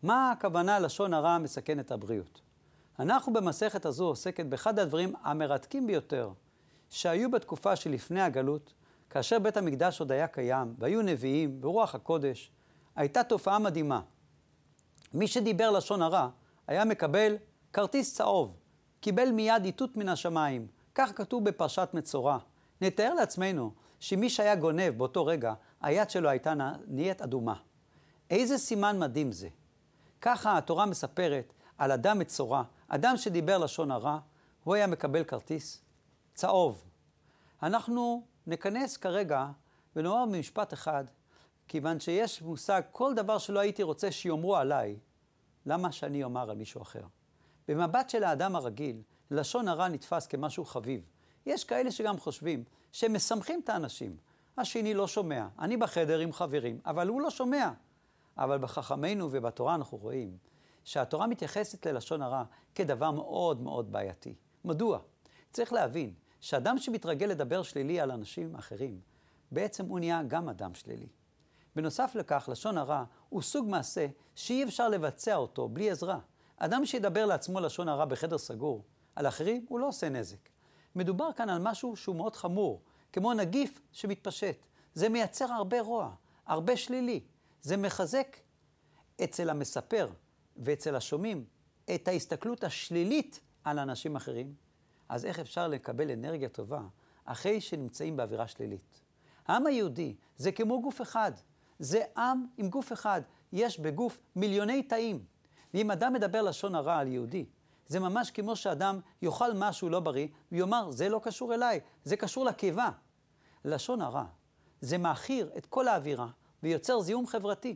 מה הכוונה לשון הרע מסכן את הבריאות? אנחנו במסכת הזו עוסקת באחד הדברים המרתקים ביותר שהיו בתקופה שלפני הגלות, כאשר בית המקדש עוד היה קיים והיו נביאים ורוח הקודש, הייתה תופעה מדהימה. מי שדיבר לשון הרע היה מקבל כרטיס צהוב, קיבל מיד איתות מן השמיים. כך כתוב בפרשת מצורע. נתאר לעצמנו שמי שהיה גונב באותו רגע, היד שלו הייתה נהיית אדומה. איזה סימן מדהים זה. ככה התורה מספרת על אדם מצורע, אדם שדיבר לשון הרע, הוא היה מקבל כרטיס צהוב. אנחנו נכנס כרגע ונאמר במשפט אחד, כיוון שיש מושג, כל דבר שלא הייתי רוצה שיאמרו עליי, למה שאני אומר על מישהו אחר? במבט של האדם הרגיל, לשון הרע נתפס כמשהו חביב. יש כאלה שגם חושבים שהם משמחים את האנשים. השני לא שומע, אני בחדר עם חברים, אבל הוא לא שומע. אבל בחכמינו ובתורה אנחנו רואים שהתורה מתייחסת ללשון הרע כדבר מאוד מאוד בעייתי. מדוע? צריך להבין שאדם שמתרגל לדבר שלילי על אנשים אחרים, בעצם הוא נהיה גם אדם שלילי. בנוסף לכך, לשון הרע הוא סוג מעשה שאי אפשר לבצע אותו בלי עזרה. אדם שידבר לעצמו לשון הרע בחדר סגור, על אחרים הוא לא עושה נזק. מדובר כאן על משהו שהוא מאוד חמור, כמו נגיף שמתפשט. זה מייצר הרבה רוע, הרבה שלילי. זה מחזק אצל המספר ואצל השומעים את ההסתכלות השלילית על אנשים אחרים. אז איך אפשר לקבל אנרגיה טובה אחרי שנמצאים באווירה שלילית? העם היהודי זה כמו גוף אחד. זה עם עם גוף אחד. יש בגוף מיליוני תאים. ואם אדם מדבר לשון הרע על יהודי, זה ממש כמו שאדם יאכל משהו לא בריא, ויאמר, זה לא קשור אליי, זה קשור לקיבה. לשון הרע, זה מאחיר את כל האווירה, ויוצר זיהום חברתי.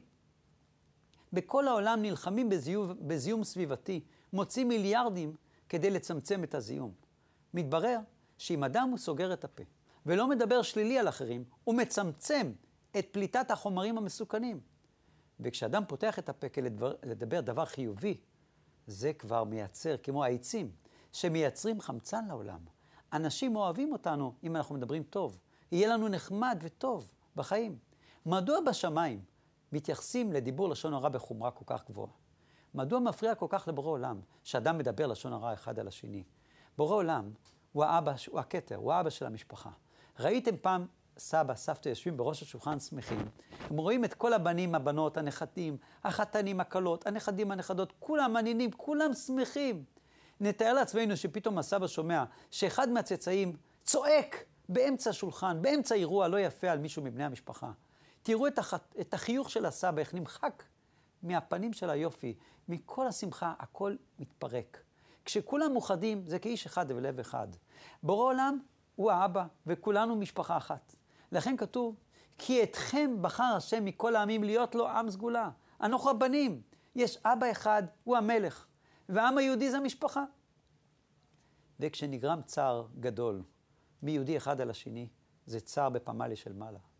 בכל העולם נלחמים בזיהום סביבתי, מוצאים מיליארדים כדי לצמצם את הזיהום. מתברר שאם אדם הוא סוגר את הפה, ולא מדבר שלילי על אחרים, הוא מצמצם את פליטת החומרים המסוכנים. וכשאדם פותח את הפה לדבר דבר חיובי, זה כבר מייצר, כמו העצים, שמייצרים חמצן לעולם. אנשים אוהבים אותנו אם אנחנו מדברים טוב. יהיה לנו נחמד וטוב בחיים. מדוע בשמיים מתייחסים לדיבור לשון הרע בחומרה כל כך גבוהה? מדוע מפריע כל כך לבורא עולם שאדם מדבר לשון הרע אחד על השני? בורא עולם הוא האבא, הוא הכתר, הוא האבא של המשפחה. ראיתם פעם סבא, סבתא יושבים בראש השולחן שמחים. הם רואים את כל הבנים, הבנות, הנכדים, החתנים, הקלות, הנכדים, הנכדות, כולם מעניינים, כולם שמחים. נתאר לעצמנו שפתאום הסבא שומע שאחד מהצאצאים צועק באמצע השולחן, באמצע אירוע לא יפה על מישהו מבני המשפחה. תראו את החיוך של הסבא, איך נמחק מהפנים של היופי, מכל השמחה, הכל מתפרק. כשכולם מאוחדים, זה כאיש אחד ולב אחד. בורא עולם הוא האבא, וכולנו משפחה אחת. לכן כתוב, כי אתכם בחר השם מכל העמים להיות לו עם סגולה. אנחנו הבנים. יש אבא אחד, הוא המלך. והעם היהודי זה המשפחה. וכשנגרם צער גדול מיהודי אחד על השני, זה צער בפמליה של מעלה.